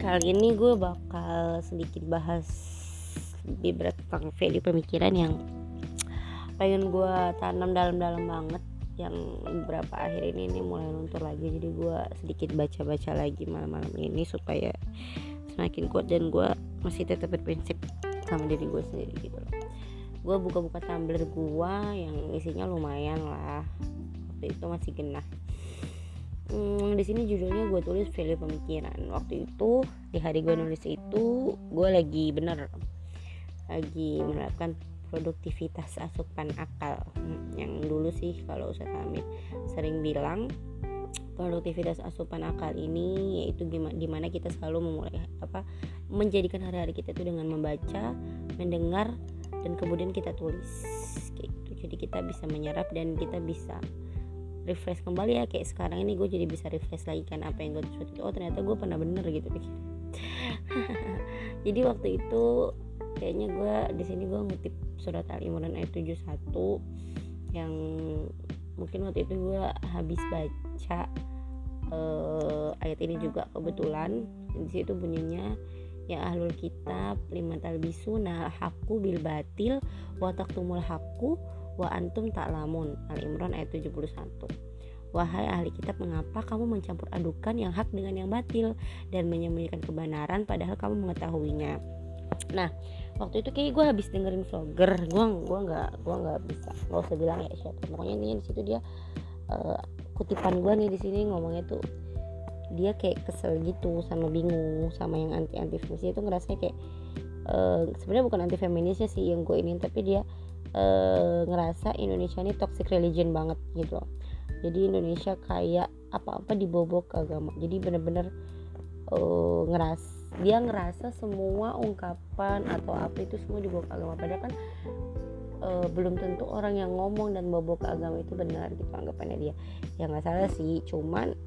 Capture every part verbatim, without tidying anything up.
Kali ini gue bakal sedikit bahas lebih berat tentang value pemikiran yang pengen gue tanam dalam-dalam banget, yang beberapa akhir ini ini mulai luntur lagi. Jadi gue sedikit baca-baca lagi malam-malam ini supaya semakin kuat, dan gue masih tetap berprinsip sama diri gue sendiri gitu loh. Gue buka-buka Tumblr gue yang isinya lumayan lah, waktu itu masih genah. Hmm, di sini judulnya gue tulis value pemikiran. Waktu itu di hari gue nulis itu gue lagi bener lagi menerapkan produktivitas asupan akal. Hmm, yang dulu sih kalau Ustadz Hamid sering bilang, produktivitas asupan akal ini yaitu gimana dimana kita selalu memulai apa menjadikan hari-hari kita itu dengan membaca, mendengar, dan kemudian kita tulis kayak gitu. Jadi kita bisa menyerap dan kita bisa refresh kembali ya, kayak sekarang ini gue jadi bisa refresh lagi kan apa yang gue tulis itu. Oh ternyata gue pernah bener gitu pikir. Jadi waktu itu kayaknya gue di sini gue ngutip surat Al-Imran ayat tujuh puluh satu yang mungkin waktu itu gue habis baca uh, ayat ini juga kebetulan. Di situ bunyinya, ya ahlul kitab lima talbisu nal haqqu bil batil wa taqtumul haqqu wa antum ta'lamun. Al-Imran ayat tujuh puluh satu. Wahai ahli kitab, mengapa kamu mencampur adukan yang hak dengan yang batil dan menyembunyikan kebenaran padahal kamu mengetahuinya. Nah, waktu itu kayak gue habis dengerin vlogger, gue gue nggak gue nggak bisa nggak usah bilang ya siapa, pokoknya ini di situ dia uh, kutipan gue nih di sini ngomongnya tuh dia kayak kesel gitu sama bingung sama yang anti anti feminis itu, ngerasanya kayak uh, sebenarnya bukan anti feminisnya sih yang gue ini, tapi dia uh, ngerasa Indonesia ini toxic religion banget gitu loh. Jadi Indonesia kayak apa-apa dibobok agama. Jadi benar-benar uh, ngeras dia ngerasa semua ungkapan atau apa itu semua dibobok agama. Padahal kan uh, belum tentu orang yang ngomong dan bobok agama itu benar gitu anggapannya dia. Ya nggak salah sih, cuman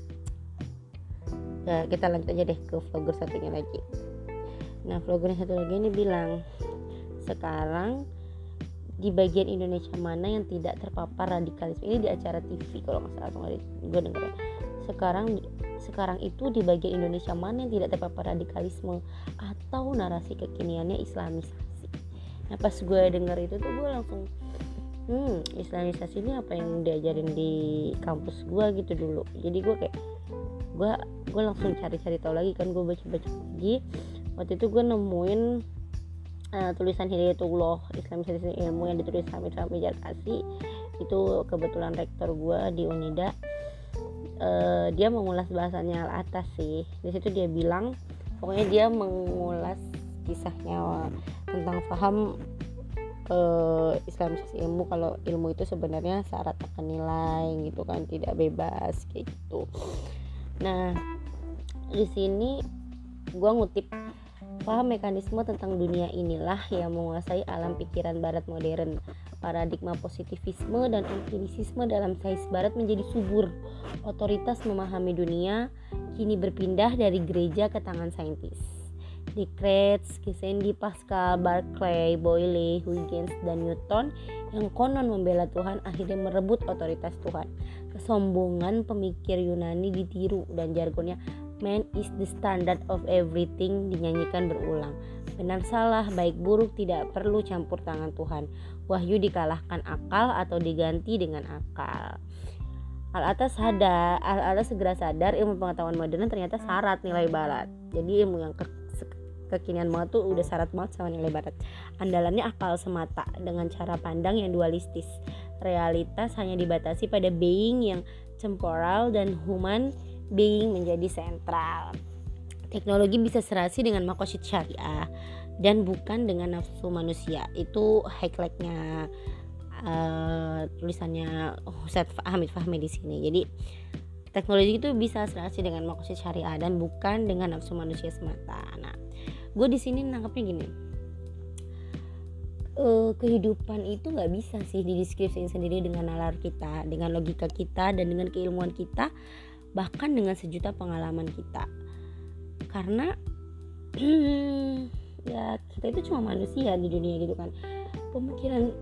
ya kita lanjut aja deh ke vlogger satunya lagi. Nah vlogger satu lagi ini bilang, sekarang di bagian Indonesia mana yang tidak terpapar radikalisme, ini di acara T V kalau nggak salah atau nggak, gue denger ya. Sekarang sekarang itu di bagian Indonesia mana yang tidak terpapar radikalisme atau narasi kekiniannya islamisasi. Nah pas gue denger itu tuh gue langsung hmm islamisasi ini apa yang diajarin di kampus gue gitu dulu. Jadi gue kayak gue gue langsung cari-cari tahu lagi kan, gue baca-baca lagi. Waktu itu gue nemuin Uh, tulisan Hidayatullah Islamisasi Ilmu yang ditulis Hamid Fahmi Jarkasi. Itu kebetulan rektor gue di Unida. Uh, dia mengulas bahasanya Al-Atas sih. Di situ dia bilang, pokoknya dia mengulas kisahnya tentang paham uh, Islamisasi ilmu, kalau ilmu itu sebenarnya syarat akan nilai gitu kan, tidak bebas kayak gitu. Nah di sini gue ngutip, paham mekanisme tentang dunia inilah yang menguasai alam pikiran barat modern. Paradigma positivisme dan empirisisme dalam sains barat menjadi subur. Otoritas memahami dunia kini berpindah dari gereja ke tangan saintis. Descartes, Gassendi, Pascal, Berkeley, Boyle, Huygens, dan Newton yang konon membela Tuhan akhirnya merebut otoritas Tuhan. Kesombongan pemikir Yunani ditiru dan jargonnya man is the standard of everything dinyanyikan berulang. Benar salah, baik buruk tidak perlu campur tangan Tuhan. Wahyu dikalahkan akal atau diganti dengan akal. Al-Atas sadar, Al-Atas segera sadar ilmu pengetahuan modern ternyata syarat nilai barat. Jadi ilmu yang ke- kekinian banget tuh udah syarat banget sama nilai barat. Andalannya akal semata dengan cara pandang yang dualistis. Realitas hanya dibatasi pada being yang temporal dan human being menjadi sentral. Teknologi bisa serasi dengan makosid syariah dan bukan dengan nafsu manusia. Itu highlightnya uh, tulisannya Ustadz Hamid Fahmi di sini. Jadi teknologi itu bisa serasi dengan makosid syariah dan bukan dengan nafsu manusia semata. Nah, gue di sini nangkepnya gini. Uh, kehidupan itu nggak bisa sih dideskripsiin sendiri dengan nalar kita, dengan logika kita, dan dengan keilmuan kita, bahkan dengan sejuta pengalaman kita. Karena ya kita itu cuma manusia di dunia gitu kan. Pemikiran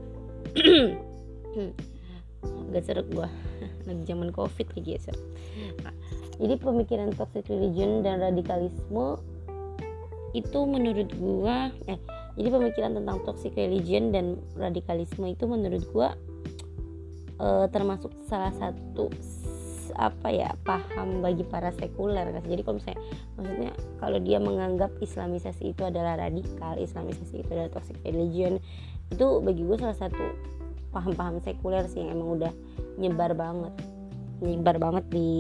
agak seret gue lagi zaman covid lagi ya seret. Nah, Jadi pemikiran toxic religion dan radikalisme itu menurut gua eh jadi pemikiran tentang toxic religion dan radikalisme itu menurut gua eh, termasuk salah satu apa ya paham bagi para sekuler kan. Jadi kalau misalnya maksudnya kalau dia menganggap Islamisasi itu adalah radikal, Islamisasi itu adalah toxic religion, itu bagi gue salah satu paham-paham sekuler sih yang emang udah nyebar banget nyebar banget di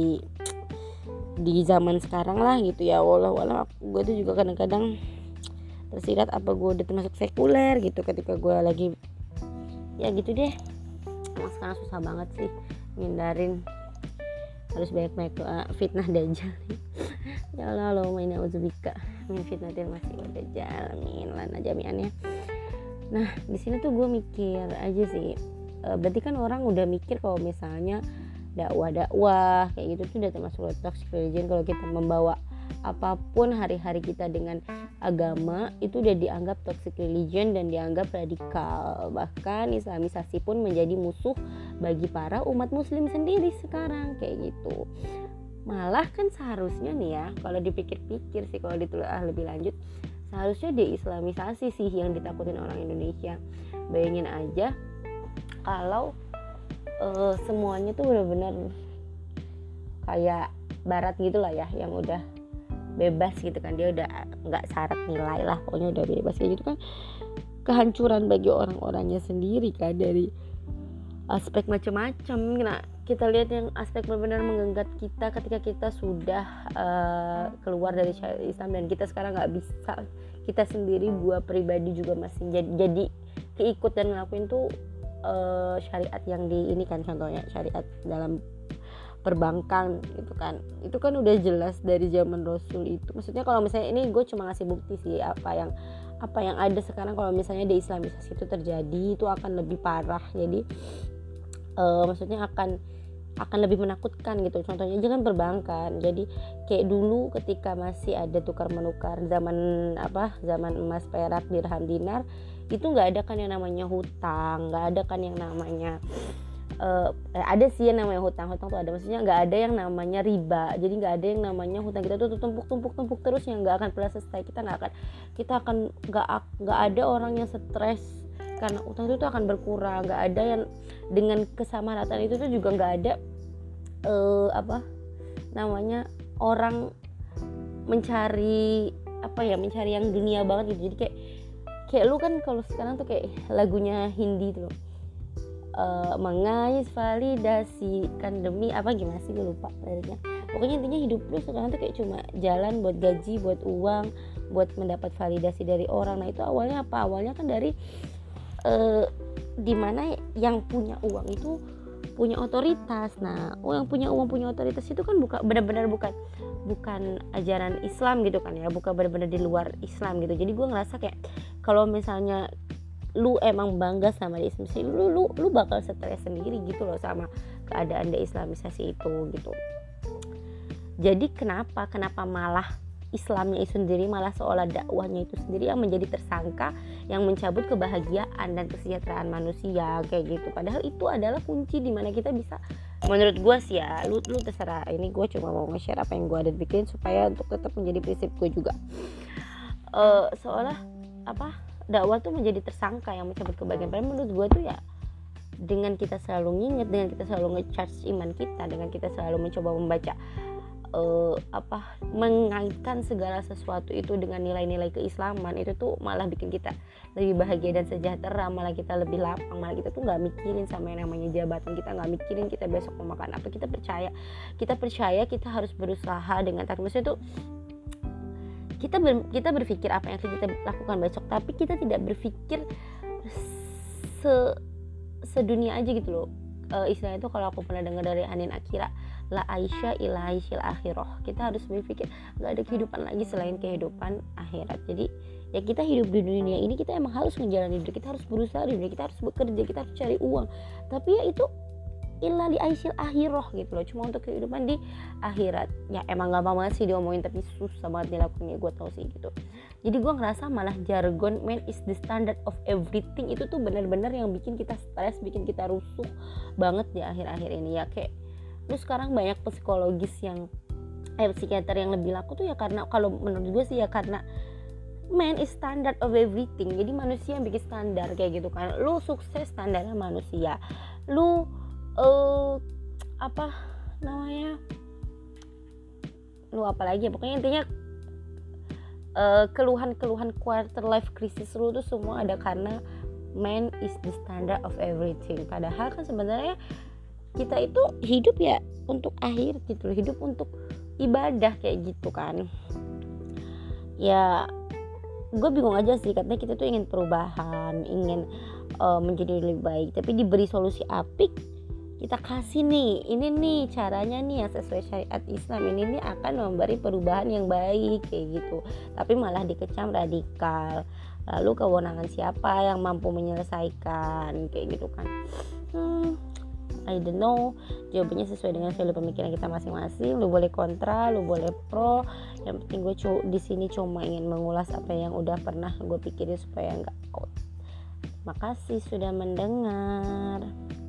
di zaman sekarang lah gitu ya. Walau-walau gue tuh juga kadang-kadang tersirat apa gue udah termasuk sekuler gitu ketika gue lagi ya gitu deh. Emang sekarang susah banget sih ngindarin, harus banyak-banyak uh, fitnah dajjal. Ya Allah, Allahumma inna udzubika min fitnatil masih wa dajjal, amin lana jami'annya. Nah di sini tuh gue mikir aja sih, uh, berarti kan orang udah mikir kalau misalnya dakwah-dakwah kayak gitu tuh udah termasuk toxic religion. Kalau kita membawa apapun hari-hari kita dengan agama itu udah dianggap toxic religion dan dianggap radikal. Bahkan Islamisasi pun menjadi musuh bagi para umat muslim sendiri sekarang kayak gitu. Malah kan seharusnya nih ya, kalau dipikir-pikir sih, kalau ditelaah lebih lanjut, seharusnya deislamisasi sih yang ditakutin orang Indonesia. Bayangin aja kalau uh, semuanya tuh benar-benar kayak barat gitu lah ya, yang udah bebas gitu kan, dia udah nggak syarat nilai lah, pokoknya udah bebas kayak gitu kan. Kehancuran bagi orang-orangnya sendiri kan, dari aspek macam-macam. Nah kita lihat yang aspek benar-benar menggenggam kita ketika kita sudah uh, keluar dari syariat Islam, dan kita sekarang nggak bisa, kita sendiri gua pribadi juga masih jadi, jadi keikut dan ngelakuin tuh uh, syariat yang di ini kan, contohnya syariat dalam perbankan gitu kan. Itu kan udah jelas dari zaman Rasul itu. Maksudnya kalau misalnya ini gue cuma ngasih bukti sih apa yang apa yang ada sekarang. Kalau misalnya deislamisasi itu terjadi, itu akan lebih parah. Jadi uh, maksudnya akan akan lebih menakutkan gitu. Contohnya aja kan perbankan. Jadi kayak dulu ketika masih ada tukar menukar zaman apa zaman emas, perak, dirham, dinar, itu nggak ada kan yang namanya hutang, nggak ada kan yang namanya Uh, ada sih yang namanya hutang hutang tuh ada, maksudnya nggak ada yang namanya riba. Jadi nggak ada yang namanya hutang kita tuh tumpuk tumpuk tumpuk terus yang nggak akan pernah selesai. Kita nggak akan kita akan nggak nggak ada orang yang stres karena hutang itu tuh akan berkurang. Nggak ada yang dengan kesamarataan itu tuh juga nggak ada uh, apa namanya orang mencari apa ya mencari yang dunia banget gitu. Jadi kayak kayak lu kan kalau sekarang tuh kayak lagunya Hindi tuh, Uh, mengais validasi kan demi apa gimana sih, gue lupa liriknya. Pokoknya intinya hidup lu sekarang tuh kayak cuma jalan buat gaji, buat uang, buat mendapat validasi dari orang. Nah itu awalnya apa? Awalnya kan dari uh, dimana yang punya uang itu punya otoritas. Nah yang punya uang punya otoritas itu kan bukan benar-benar bukan bukan ajaran Islam gitu kan ya, bukan benar-benar di luar Islam gitu. Jadi gue ngerasa kayak kalau misalnya lu emang bangga sama deislamisasi, lu lu lu bakal stres sendiri gitu loh sama keadaan deislamisasi itu gitu. Jadi kenapa kenapa malah Islamnya itu sendiri, malah seolah dakwahnya itu sendiri yang menjadi tersangka, yang mencabut kebahagiaan dan kesejahteraan manusia kayak gitu. Padahal itu adalah kunci di mana kita bisa, menurut gue sih ya, lu lu terserah. Ini gue cuma mau nge-share apa yang gue ada bikin supaya untuk tetap menjadi prinsip gue juga. Uh, seolah apa dakwah tuh menjadi tersangka yang mencabut kebahagiaan. Padahal menurut gue tuh ya, dengan kita selalu nginget, dengan kita selalu nge-charge iman kita, dengan kita selalu mencoba membaca uh, apa mengaitkan segala sesuatu itu dengan nilai-nilai keislaman, itu tuh malah bikin kita lebih bahagia dan sejahtera. Malah kita lebih lapang, malah kita tuh nggak mikirin sama yang namanya jabatan, kita nggak mikirin kita besok mau makan apa. Kita percaya kita percaya kita harus berusaha dengan takdir. Maksudnya tuh kita ber, kita berpikir apa yang kita lakukan besok, tapi kita tidak berpikir se sedunia aja gitu loh. E, istilahnya itu kalau aku pernah dengar dari Hanin Akira, la aisha ila aishil akhirah. Kita harus berpikir nggak ada kehidupan lagi selain kehidupan akhirat. Jadi ya kita hidup di dunia ini, kita emang harus menjalani hidup, kita harus berusaha di dunia, kita harus bekerja, kita harus cari uang. Tapi ya itu illa li aisyil akhirah gitu loh, cuma untuk kehidupan di akhirat. Ya emang gak banget sih diomongin, tapi susah banget dilakukannya, gue tau sih gitu. Jadi gue ngerasa malah jargon man is the standard of everything itu tuh benar-benar yang bikin kita stres, bikin kita rusuh banget di akhir-akhir ini ya. Kayak Terus sekarang banyak psikologis yang eh psikiater yang lebih laku tuh ya karena, kalau menurut gue sih ya karena man is standard of everything. Jadi manusia yang bikin standar kayak gitu kan. Lu sukses standarnya manusia, lu uh, apa namanya lu apalagi ya, pokoknya intinya uh, keluhan-keluhan quarter life crisis lu tuh semua ada karena man is the standard of everything. Padahal kan sebenarnya kita itu hidup ya untuk akhir gitu, hidup untuk ibadah kayak gitu kan. Ya gue bingung aja sih, katanya kita tuh ingin perubahan, ingin uh, menjadi lebih baik, tapi diberi solusi apik, kita kasih nih, ini nih caranya nih yang sesuai syariat Islam, ini nih akan memberi perubahan yang baik kayak gitu, tapi malah dikecam radikal. Lalu kewenangan siapa yang mampu menyelesaikan kayak gitu kan. hmm, I don't know, jawabannya sesuai dengan value pemikiran kita masing-masing. Lu boleh kontra, lu boleh pro. Yang penting gue cu- di sini cuma ingin mengulas apa yang udah pernah gue pikirin supaya nggak out. Makasih sudah mendengar.